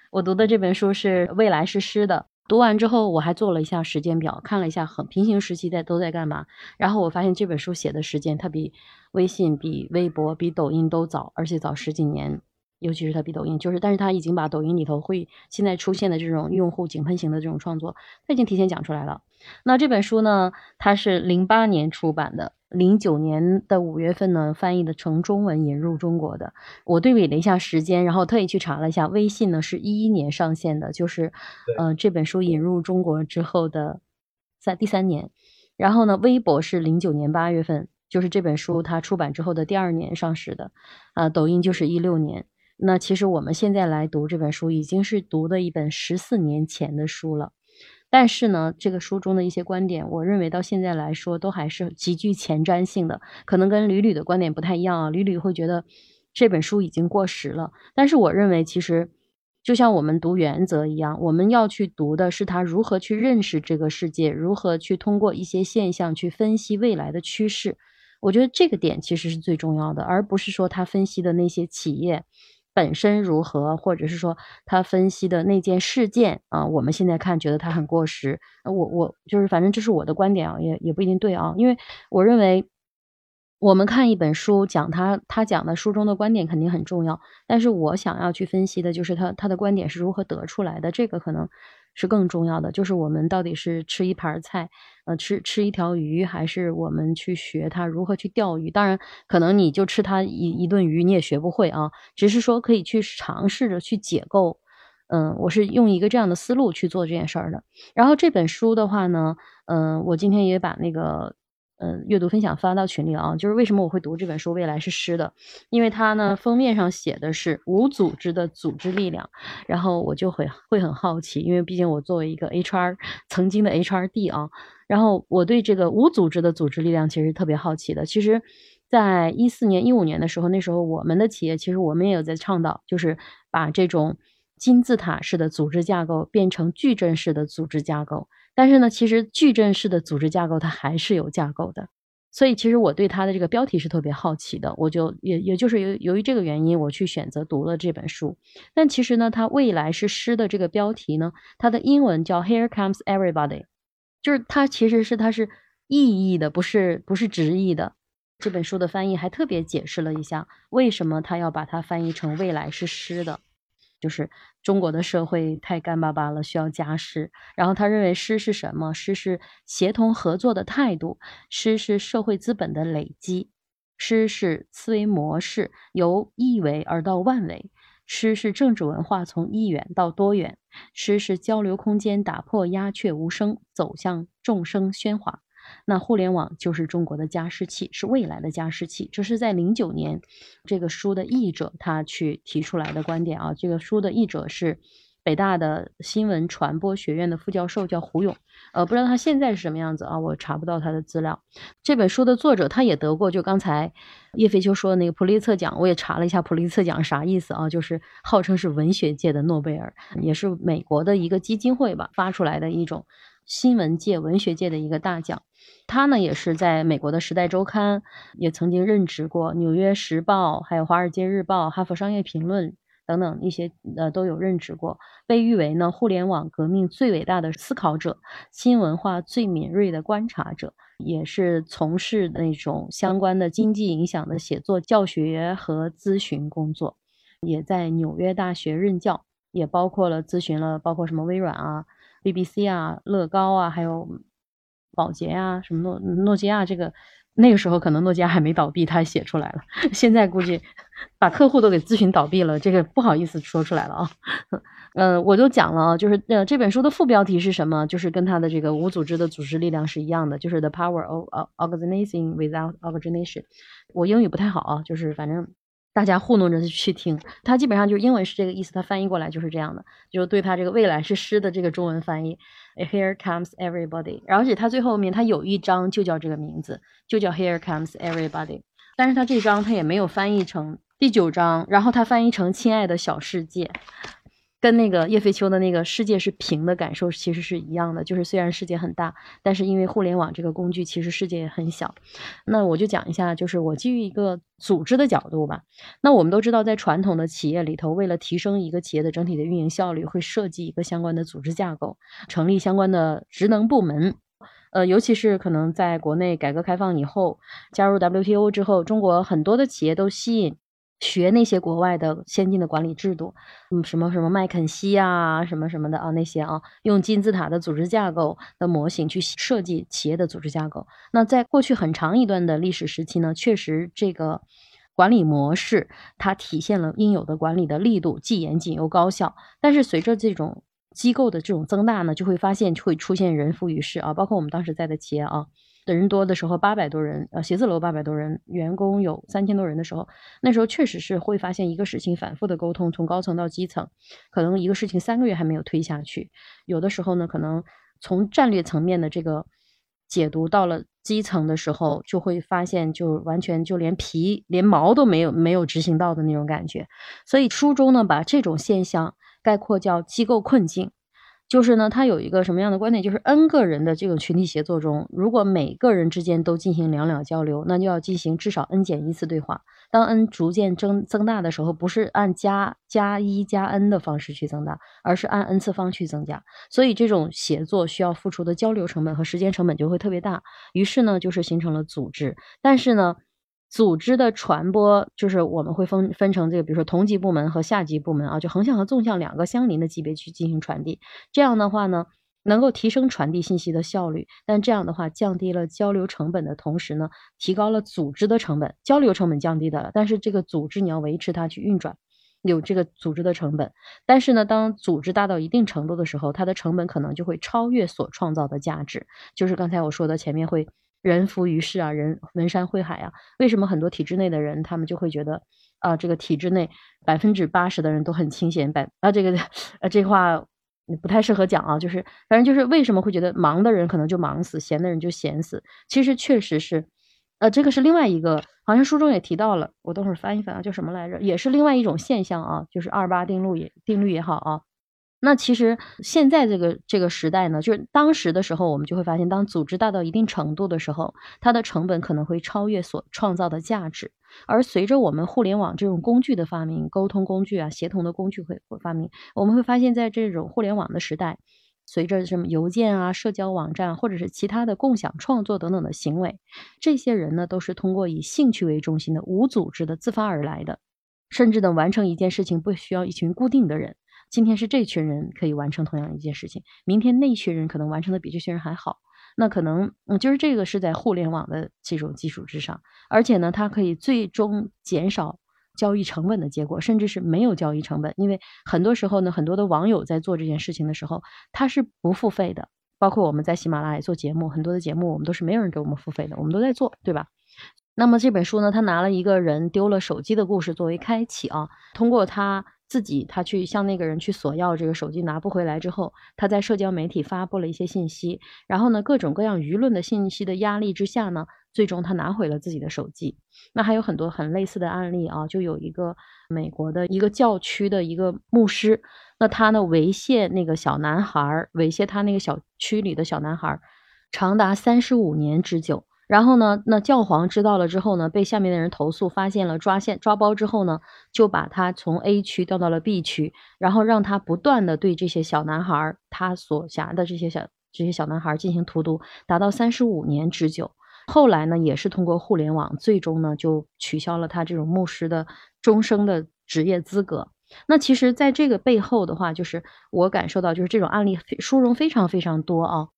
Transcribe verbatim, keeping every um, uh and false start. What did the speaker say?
我读的这本书是《未来是诗的》，读完之后我还做了一下时间表，看了一下很平行时期在都在干嘛。然后我发现这本书写的时间，它比微信、比微博、比抖音都早，而且早十几年。尤其是它比抖音，就是但是它已经把抖音里头会现在出现的这种用户井喷型的这种创作，它已经提前讲出来了。那这本书呢，它是零八年出版的，零九年的五月份呢翻译的成中文引入中国的。我对比了一下时间，然后特意去查了一下，微信呢是一一年上线的，就是呃这本书引入中国之后的在第三年。然后呢，微博是零九年八月份，就是这本书它出版之后的第二年上市的。啊、呃，抖音就是一六年。那其实我们现在来读这本书，已经是读的一本十四年前的书了。但是呢，这个书中的一些观点，我认为到现在来说都还是极具前瞻性的，可能跟吕吕的观点不太一样啊。吕吕会觉得这本书已经过时了，但是我认为其实就像我们读原则一样，我们要去读的是他如何去认识这个世界，如何去通过一些现象去分析未来的趋势。我觉得这个点其实是最重要的，而不是说他分析的那些企业本身如何，或者是说他分析的那件事件啊，我们现在看觉得它很过时。呃我我就是反正这是我的观点啊，也也不一定对啊。因为我认为我们看一本书，讲他他讲的书中的观点肯定很重要，但是我想要去分析的就是他他的观点是如何得出来的，这个可能是更重要的。就是我们到底是吃一盘菜，呃，吃吃一条鱼，还是我们去学它如何去钓鱼。当然可能你就吃它一一顿鱼，你也学不会啊，只是说可以去尝试着去解构。嗯，我是用一个这样的思路去做这件事儿的。然后这本书的话呢，嗯，我今天也把那个呃阅读分享发到群里了啊。就是为什么我会读这本书《未来是诗的》，因为它呢封面上写的是无组织的组织力量，然后我就会会很好奇，因为毕竟我作为一个 H R 曾经的 H R D 啊，然后我对这个无组织的组织力量其实特别好奇的。其实在一四年、一五年的时候，那时候我们的企业其实我们也有在倡导，就是把这种金字塔式的组织架构变成矩阵式的组织架构。但是呢，其实矩阵式的组织架构它还是有架构的。所以其实我对它的这个标题是特别好奇的，我就也也就是由由于这个原因，我去选择读了这本书。但其实呢，它未来是诗的这个标题呢，它的英文叫 Here Comes Everybody，就是它其实是它是意译的，不是不是直译的。这本书的翻译还特别解释了一下，为什么他要把它翻译成未来是诗的。就是中国的社会太干巴巴了，需要加诗。然后他认为诗是什么？诗是协同合作的态度，诗是社会资本的累积，诗是思维模式由一维而到万维，诗是政治文化从一元到多元，诗是交流空间打破鸦雀无声，走向众声喧哗。那互联网就是中国的加湿器，是未来的加湿器。这是在零九年这个书的译者他去提出来的观点啊。这个书的译者是北大的新闻传播学院的副教授，叫胡勇。呃，不知道他现在是什么样子啊，我查不到他的资料。这本书的作者他也得过，就刚才叶飞秋说的那个普利策奖，我也查了一下普利策奖啥意思啊，就是号称是文学界的诺贝尔，也是美国的一个基金会吧发出来的一种新闻界、文学界的一个大奖。他呢也是在美国的《时代周刊》也曾经任职过，《纽约时报》还有《华尔街日报》、《哈佛商业评论》等等一些呃都有任职过，被誉为呢互联网革命最伟大的思考者，新文化最敏锐的观察者，也是从事那种相关的经济影响的写作、教学和咨询工作，也在纽约大学任教，也包括了咨询了包括什么微软啊、B B C 啊、乐高啊，还有宝洁啊，什么诺诺基亚。这个那个时候可能诺基亚还没倒闭，他写出来了。现在估计把客户都给咨询倒闭了，这个不好意思说出来了啊。呃，我就讲了啊，就是呃这本书的副标题是什么？就是跟他的这个无组织的组织力量是一样的，就是 The Power of Organizing Without Organization。我英语不太好啊，就是反正大家糊弄着去听，它基本上就是英文是这个意思，它翻译过来就是这样的，就对它这个未来是诗的这个中文翻译 Here comes everybody。 而且它最后面它有一章就叫这个名字，就叫 Here comes everybody。 但是它这章它也没有翻译成第九章，然后它翻译成亲爱的小世界。 跟那个叶飞秋的那个世界是平的感受其实是一样的，就是虽然世界很大，但是因为互联网这个工具，其实世界也很小。那我就讲一下，就是我基于一个组织的角度吧。那我们都知道在传统的企业里头，为了提升一个企业的整体的运营效率，会设计一个相关的组织架构，成立相关的职能部门。呃，尤其是可能在国内改革开放以后，加入 W T O 之后，中国很多的企业都吸引学那些国外的先进的管理制度，嗯，什么什么麦肯锡啊，什么什么的啊，那些啊，用金字塔的组织架构的模型去设计企业的组织架构。那在过去很长一段的历史时期呢，确实这个管理模式，它体现了应有的管理的力度，既严谨又高效。但是随着这种机构的这种增大呢，就会发现会出现人浮于事啊，包括我们当时在的企业啊，的人多的时候八百多人，呃，写字楼八百多人，员工有三千多人的时候，那时候确实是会发现一个事情反复的沟通，从高层到基层，可能一个事情三个月还没有推下去。有的时候呢，可能从战略层面的这个解读到了基层的时候，就会发现就完全就连皮连毛都没有没有执行到的那种感觉。所以书中呢，把这种现象概括叫机构困境。就是呢，它有一个什么样的观点，就是 N 个人的这种群体协作中，如果每个人之间都进行两两交流，那就要进行至少 N 减一次对话。当 N 逐渐增增大的时候，不是按加加一加 N 的方式去增大，而是按 N 次方去增加。所以这种协作需要付出的交流成本和时间成本就会特别大，于是呢，就是形成了组织。但是呢，组织的传播就是我们会分分成这个比如说同级部门和下级部门啊，就横向和纵向两个相邻的级别去进行传递。这样的话呢，能够提升传递信息的效率，但这样的话降低了交流成本的同时呢，提高了组织的成本。交流成本降低的了，但是这个组织你要维持它去运转，有这个组织的成本。但是呢，当组织大到一定程度的时候，它的成本可能就会超越所创造的价值。就是刚才我说的前面会人浮于事啊，人文山会海啊。为什么很多体制内的人，他们就会觉得，啊，这个体制内百分之八十的人都很清闲，百啊，这个呃，这话不太适合讲啊，就是反正就是为什么会觉得忙的人可能就忙死，闲的人就闲死。其实确实是呃，这个是另外一个好像书中也提到了，我等会儿翻一翻啊，叫什么来着，也是另外一种现象啊，就是二八定律也定律也好啊。那其实现在这个这个时代呢，就是当时的时候，我们就会发现，当组织大到一定程度的时候，它的成本可能会超越所创造的价值。而随着我们互联网这种工具的发明，沟通工具啊，协同的工具会会发明，我们会发现在这种互联网的时代，随着什么邮件啊、社交网站或者是其他的共享创作等等的行为，这些人呢，都是通过以兴趣为中心的无组织的自发而来的。甚至呢，完成一件事情不需要一群固定的人。今天是这群人可以完成同样一件事情，明天那群人可能完成的比这群人还好。那可能嗯，就是这个是在互联网的这种基础之上，而且呢，它可以最终减少交易成本的结果，甚至是没有交易成本。因为很多时候呢，很多的网友在做这件事情的时候，他是不付费的。包括我们在喜马拉雅做节目，很多的节目我们都是没有人给我们付费的，我们都在做，对吧？那么这本书呢，他拿了一个人丢了手机的故事作为开启啊，通过他自己他去向那个人去索要这个手机拿不回来之后，他在社交媒体发布了一些信息，然后呢，各种各样舆论的信息的压力之下呢，最终他拿回了自己的手机。那还有很多很类似的案例啊，就有一个美国的一个教区的一个牧师，那他呢猥亵那个小男孩，猥亵他那个小区里的小男孩，长达三十五年之久。然后呢，那教皇知道了之后呢，被下面的人投诉，发现了抓现抓包之后呢，就把他从 A 区调到了 B 区，然后让他不断的对这些小男孩，他所辖的这些小这些小男孩进行荼毒，达到三十五年之久。后来呢，也是通过互联网，最终呢，就取消了他这种牧师的终生的职业资格。那其实在这个背后的话，就是我感受到就是这种案例非书中非常非常多啊。